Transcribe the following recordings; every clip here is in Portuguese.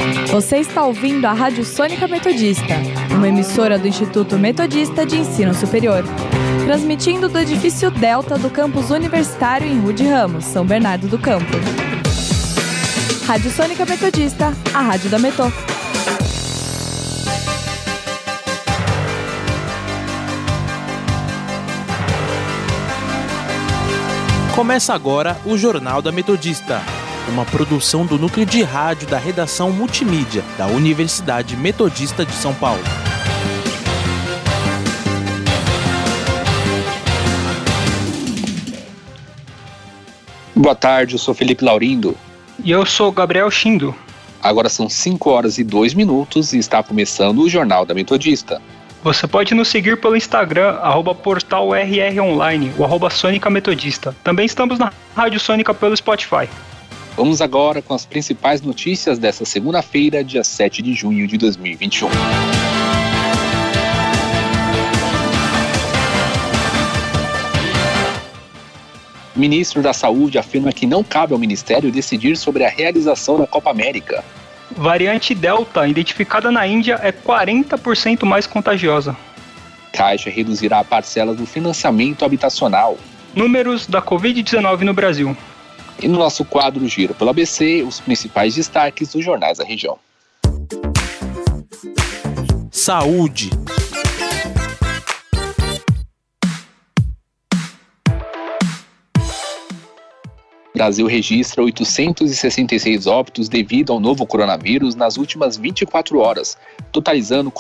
Você está ouvindo a Rádio Sônica Metodista, uma emissora do Instituto Metodista de Ensino Superior, transmitindo do edifício Delta do campus universitário em Rude Ramos, São Bernardo do Campo. Rádio Sônica Metodista, a rádio da Metô. Começa agora o Jornal da Metodista, uma produção do núcleo de rádio da redação multimídia da Universidade Metodista de São Paulo. Boa tarde, eu sou Felipe Laurindo. E eu sou Gabriel Shindo. Agora são 5 horas e 2 minutos e está começando o Jornal da Metodista. Você pode nos seguir pelo Instagram, @portalrronline, ou @Sônica Metodista. Também estamos na Rádio Sônica pelo Spotify. Vamos agora com as principais notícias desta segunda-feira, dia 7 de junho de 2021. O ministro da Saúde afirma que não cabe ao Ministério decidir sobre a realização da Copa América. Variante Delta, identificada na Índia, é 40% mais contagiosa. Caixa reduzirá parcelas do financiamento habitacional. Números da Covid-19 no Brasil. E no nosso quadro Giro pelo ABC, os principais destaques dos jornais da região. Saúde. Brasil registra 866 óbitos devido ao novo coronavírus nas últimas 24 horas, totalizando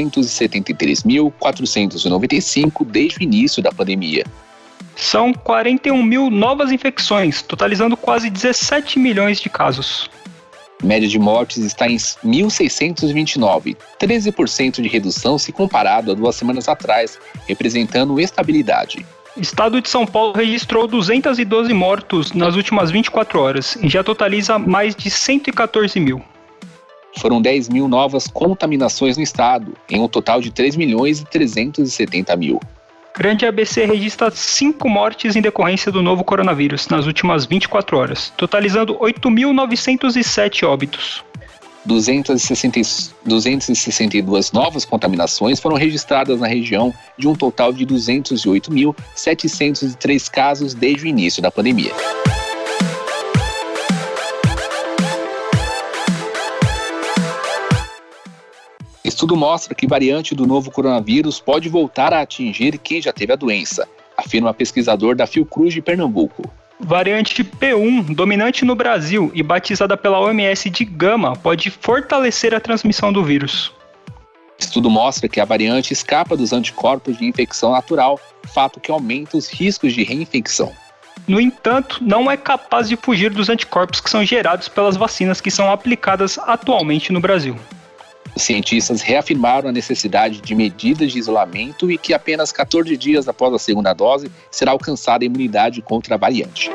473.495 desde o início da pandemia. São 41 mil novas infecções, totalizando quase 17 milhões de casos. Média de mortes está em 1.629, 13% de redução se comparado a 2 semanas atrás, representando estabilidade. Estado de São Paulo registrou 212 mortos nas últimas 24 horas e já totaliza mais de 114 mil. Foram 10 mil novas contaminações no estado, em um total de 3.370.000. Grande ABC registra 5 mortes em decorrência do novo coronavírus nas últimas 24 horas, totalizando 8.907 óbitos. 262 novas contaminações foram registradas na região, de um total de 208.703 casos desde o início da pandemia. Estudo mostra que variante do novo coronavírus pode voltar a atingir quem já teve a doença, afirma pesquisador da Fiocruz de Pernambuco. Variante P1, dominante no Brasil e batizada pela OMS de Gama, pode fortalecer a transmissão do vírus. Estudo mostra que a variante escapa dos anticorpos de infecção natural, fato que aumenta os riscos de reinfecção. No entanto, não é capaz de fugir dos anticorpos que são gerados pelas vacinas que são aplicadas atualmente no Brasil. Os cientistas reafirmaram a necessidade de medidas de isolamento e que apenas 14 dias após a segunda dose será alcançada a imunidade contra a variante.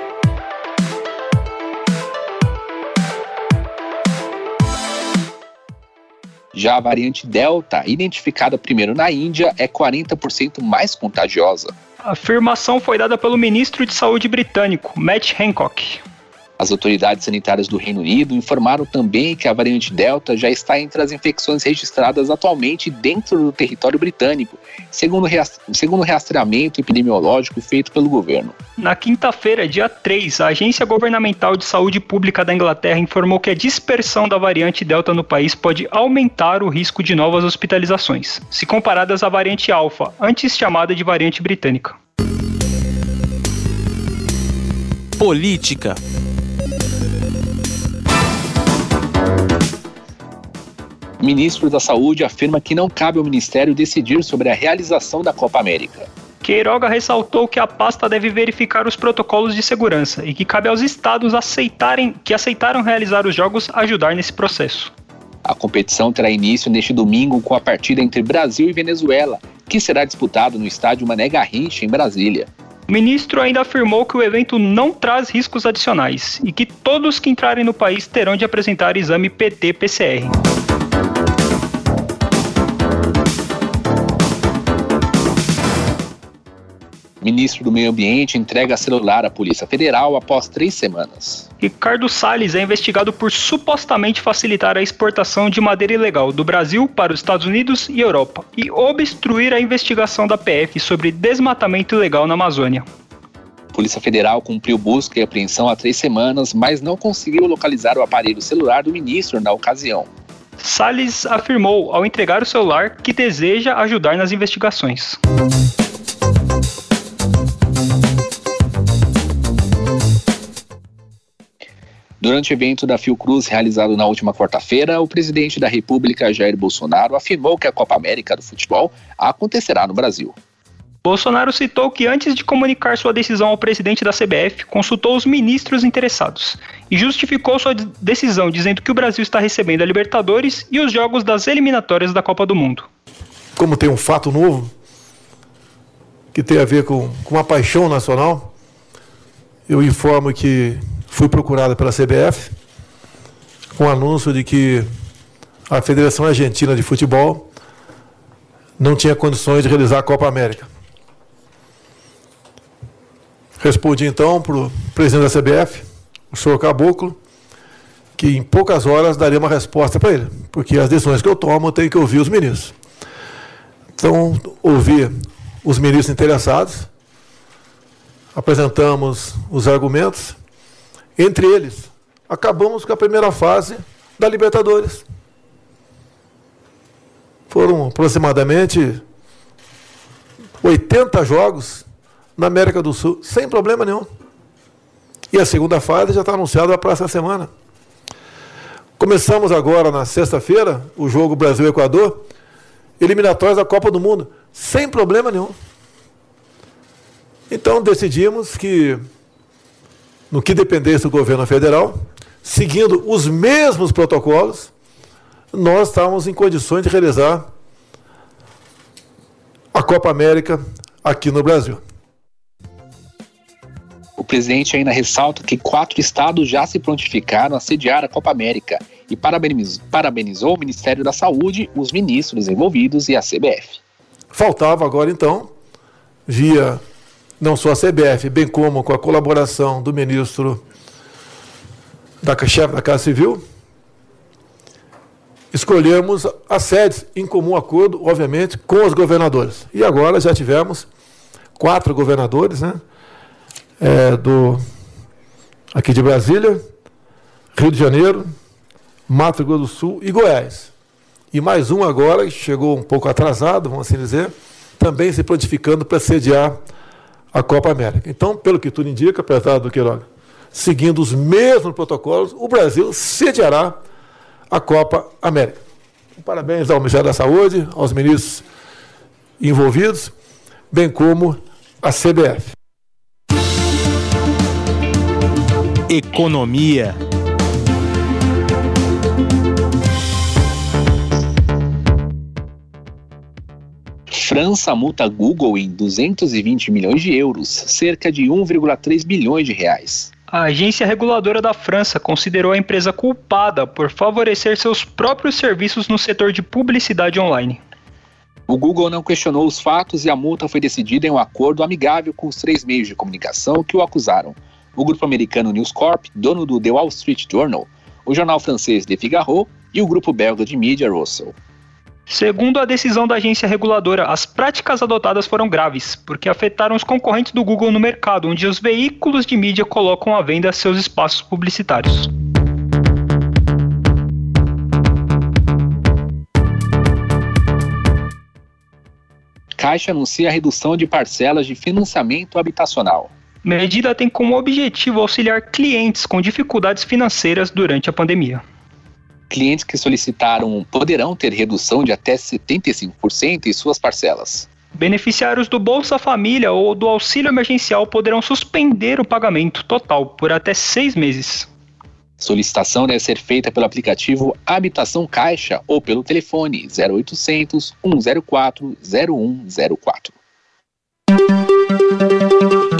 Já a variante Delta, identificada primeiro na Índia, é 40% mais contagiosa. A afirmação foi dada pelo ministro de Saúde britânico, Matt Hancock. As autoridades sanitárias do Reino Unido informaram também que a variante Delta já está entre as infecções registradas atualmente dentro do território britânico, segundo o rastreamento epidemiológico feito pelo governo. Na quinta-feira, dia 3, a Agência Governamental de Saúde Pública da Inglaterra informou que a dispersão da variante Delta no país pode aumentar o risco de novas hospitalizações, se comparadas à variante Alfa, antes chamada de variante britânica. Política. O ministro da Saúde afirma que não cabe ao Ministério decidir sobre a realização da Copa América. Queiroga ressaltou que a pasta deve verificar os protocolos de segurança e que cabe aos estados que aceitaram realizar os jogos ajudar nesse processo. A competição terá início neste domingo com a partida entre Brasil e Venezuela, que será disputada no estádio Mané Garrincha, em Brasília. O ministro ainda afirmou que o evento não traz riscos adicionais e que todos que entrarem no país terão de apresentar exame PT-PCR. Ministro do Meio Ambiente entrega celular à Polícia Federal após 3 semanas. Ricardo Salles é investigado por supostamente facilitar a exportação de madeira ilegal do Brasil para os Estados Unidos e Europa e obstruir a investigação da PF sobre desmatamento ilegal na Amazônia. A Polícia Federal cumpriu busca e apreensão há 3 semanas, mas não conseguiu localizar o aparelho celular do ministro na ocasião. Salles afirmou, ao entregar o celular, que deseja ajudar nas investigações. Durante o evento da Fiocruz realizado na última quarta-feira, o presidente da República, Jair Bolsonaro, afirmou que a Copa América do futebol acontecerá no Brasil. Bolsonaro citou que antes de comunicar sua decisão ao presidente da CBF, consultou os ministros interessados e justificou sua decisão dizendo que o Brasil está recebendo a Libertadores e os jogos das eliminatórias da Copa do Mundo. Como tem um fato novo que tem a ver com uma paixão nacional, eu informo que fui procurado pela CBF com o anúncio de que a Federação Argentina de Futebol não tinha condições de realizar a Copa América. Respondi então para o presidente da CBF, o senhor Caboclo, que em poucas horas daria uma resposta para ele, porque as decisões que eu tomo eu tenho que ouvir os ministros. Então, ouvi os ministros interessados, apresentamos os argumentos. Entre eles, acabamos com a primeira fase da Libertadores. Foram aproximadamente 80 jogos na América do Sul, sem problema nenhum. E a segunda fase já está anunciada para a próxima semana. Começamos agora, na sexta-feira, o jogo Brasil-Equador, eliminatórias da Copa do Mundo, sem problema nenhum. Então decidimos que, no que dependesse do governo federal, seguindo os mesmos protocolos, nós estávamos em condições de realizar a Copa América aqui no Brasil. O presidente ainda ressalta que 4 estados já se prontificaram a sediar a Copa América e parabenizou o Ministério da Saúde, os ministros envolvidos e a CBF. Faltava agora, então, via não só a CBF, bem como com a colaboração do ministro chefe da Casa Civil, escolhermos as sedes em comum acordo, obviamente, com os governadores. E agora já tivemos 4 governadores, né? Aqui de Brasília, Rio de Janeiro, Mato Grosso do Sul e Goiás. E mais um agora, que chegou um pouco atrasado, vamos assim dizer, também se prontificando para sediar a Copa América. Então, pelo que tudo indica, apesar do Queiroga, seguindo os mesmos protocolos, o Brasil sediará a Copa América. Parabéns ao Ministério da Saúde, aos ministros envolvidos, bem como a CBF. Economia. França multa Google em 220 milhões de euros, cerca de 1,3 bilhões de reais. A agência reguladora da França considerou a empresa culpada por favorecer seus próprios serviços no setor de publicidade online. O Google não questionou os fatos e a multa foi decidida em um acordo amigável com os 3 meios de comunicação que o acusaram: o grupo americano News Corp, dono do The Wall Street Journal, o jornal francês Le Figaro e o grupo belga de mídia Russell. Segundo a decisão da agência reguladora, as práticas adotadas foram graves, porque afetaram os concorrentes do Google no mercado, onde os veículos de mídia colocam à venda seus espaços publicitários. Caixa anuncia a redução de parcelas de financiamento habitacional. Medida tem como objetivo auxiliar clientes com dificuldades financeiras durante a pandemia. Clientes que solicitaram poderão ter redução de até 75% em suas parcelas. Beneficiários do Bolsa Família ou do auxílio emergencial poderão suspender o pagamento total por até 6 meses. Solicitação deve ser feita pelo aplicativo Habitação Caixa ou pelo telefone 0800 104 0104.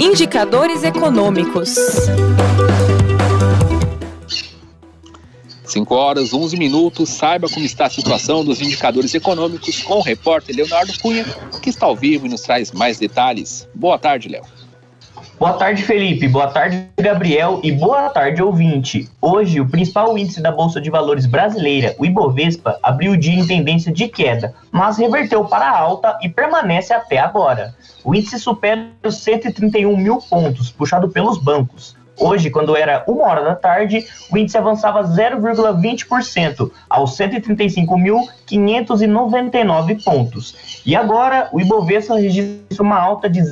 Indicadores econômicos. 5h11, saiba como está a situação dos indicadores econômicos com o repórter Leonardo Cunha, que está ao vivo e nos traz mais detalhes. Boa tarde, Léo. Boa tarde, Felipe. Boa tarde, Gabriel. E boa tarde, ouvinte. Hoje, o principal índice da Bolsa de Valores brasileira, o Ibovespa, abriu o dia em tendência de queda, mas reverteu para a alta e permanece até agora. O índice supera os 131 mil pontos, puxado pelos bancos. Hoje, quando era 1h da tarde, o índice avançava 0,20% aos 135.599 pontos. E agora, o Ibovespa registra uma alta de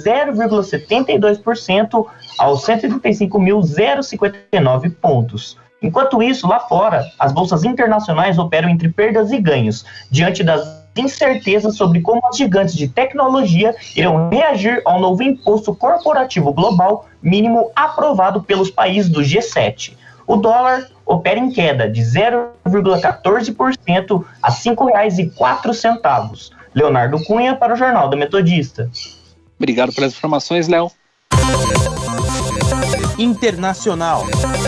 0,72% aos 135.059 pontos. Enquanto isso, lá fora, as bolsas internacionais operam entre perdas e ganhos, diante das incertezas sobre como as gigantes de tecnologia irão reagir ao novo imposto corporativo global mínimo aprovado pelos países do G7. O dólar opera em queda de 0,14% a R$ 5,04. Leonardo Cunha para o Jornal da Metodista. Obrigado pelas informações, Léo. Internacional.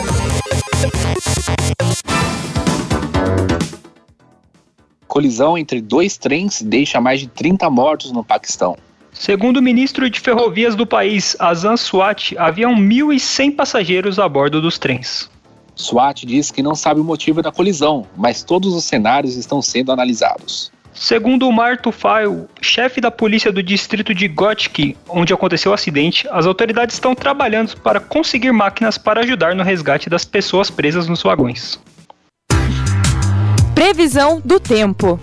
Colisão entre 2 trens deixa mais de 30 mortos no Paquistão. Segundo o ministro de Ferrovias do país, Azam Swat, haviam 1.100 passageiros a bordo dos trens. Swat diz que não sabe o motivo da colisão, mas todos os cenários estão sendo analisados. Segundo Umar Tufail, chefe da polícia do distrito de Gotki, onde aconteceu o acidente, as autoridades estão trabalhando para conseguir máquinas para ajudar no resgate das pessoas presas nos vagões. Previsão do tempo.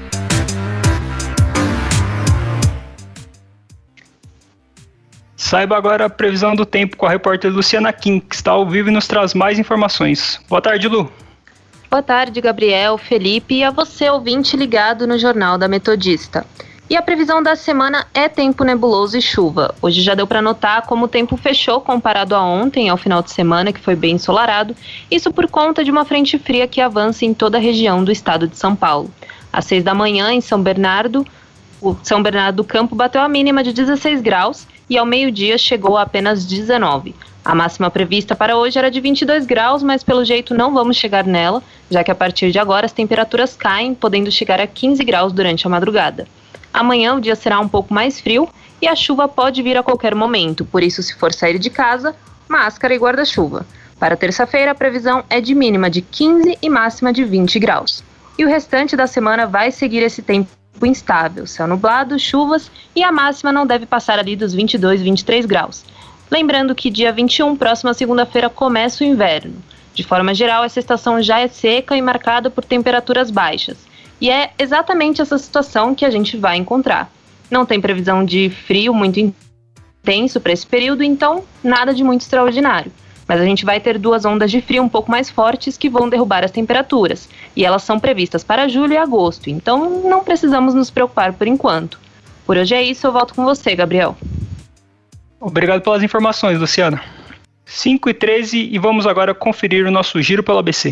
Saiba agora a previsão do tempo com a repórter Luciana Kim, que está ao vivo e nos traz mais informações. Boa tarde, Lu. Boa tarde, Gabriel, Felipe e a você, ouvinte ligado no Jornal da Metodista. E a previsão da semana é tempo nebuloso e chuva. Hoje já deu para notar como o tempo fechou comparado a ontem, ao final de semana, que foi bem ensolarado. Isso por conta de uma frente fria que avança em toda a região do estado de São Paulo. Às 6 da manhã, em São Bernardo, o São Bernardo do Campo bateu a mínima de 16 graus e ao meio-dia chegou a apenas 19. A máxima prevista para hoje era de 22 graus, mas pelo jeito não vamos chegar nela, já que a partir de agora as temperaturas caem, podendo chegar a 15 graus durante a madrugada. Amanhã o dia será um pouco mais frio e a chuva pode vir a qualquer momento, por isso, se for sair de casa, máscara e guarda-chuva. Para terça-feira, a previsão é de mínima de 15 e máxima de 20 graus. E o restante da semana vai seguir esse tempo instável, céu nublado, chuvas e a máxima não deve passar ali dos 22, 23 graus. Lembrando que dia 21, próxima segunda-feira, começa o inverno. De forma geral, essa estação já é seca e marcada por temperaturas baixas. E é exatamente essa situação que a gente vai encontrar. Não tem previsão de frio muito intenso para esse período, então nada de muito extraordinário. Mas a gente vai ter 2 ondas de frio um pouco mais fortes que vão derrubar as temperaturas. E elas são previstas para julho e agosto, então não precisamos nos preocupar por enquanto. Por hoje é isso, eu volto com você, Gabriel. Obrigado pelas informações, Luciana. 5h13 e vamos agora conferir o nosso giro pelo ABC.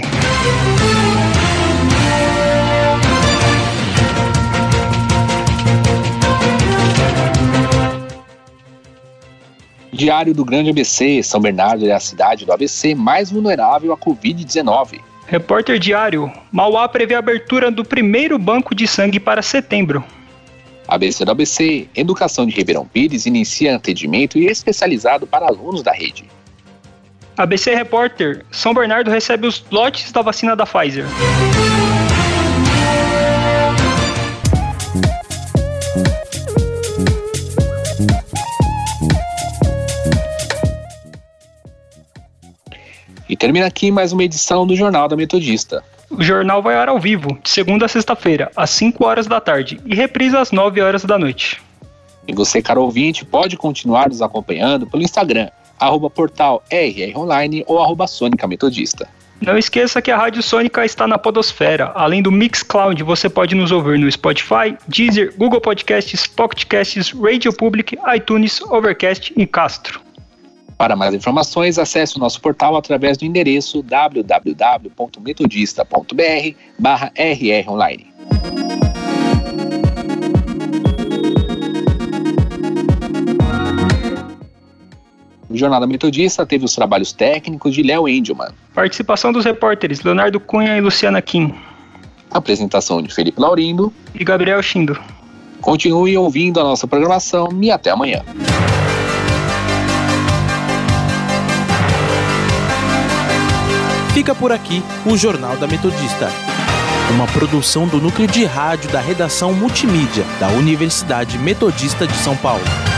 Diário do Grande ABC, São Bernardo é a cidade do ABC mais vulnerável à Covid-19. Repórter Diário, Mauá prevê a abertura do primeiro banco de sangue para setembro. ABC do ABC, Educação de Ribeirão Pires inicia atendimento especializado para alunos da rede. ABC Repórter, São Bernardo recebe os lotes da vacina da Pfizer. E termina aqui mais uma edição do Jornal da Metodista. O jornal vai ao vivo, de segunda a sexta-feira, às 5 horas da tarde, e reprisa às 9 horas da noite. E você, caro ouvinte, pode continuar nos acompanhando pelo Instagram, @portal RRonline ou @Sônica Metodista. Não esqueça que a Rádio Sônica está na podosfera. Além do Mixcloud, você pode nos ouvir no Spotify, Deezer, Google Podcasts, Pocket Casts, Radio Public, iTunes, Overcast e Castro. Para mais informações, acesse o nosso portal através do endereço www.metodista.br/rronline. O Jornal da Metodista teve os trabalhos técnicos de Léo Engelmann. Participação dos repórteres Leonardo Cunha e Luciana Kim. Apresentação de Felipe Laurindo e Gabriel Shindo. Continue ouvindo a nossa programação e até amanhã. Fica por aqui o Jornal da Metodista, uma produção do núcleo de rádio da redação multimídia da Universidade Metodista de São Paulo.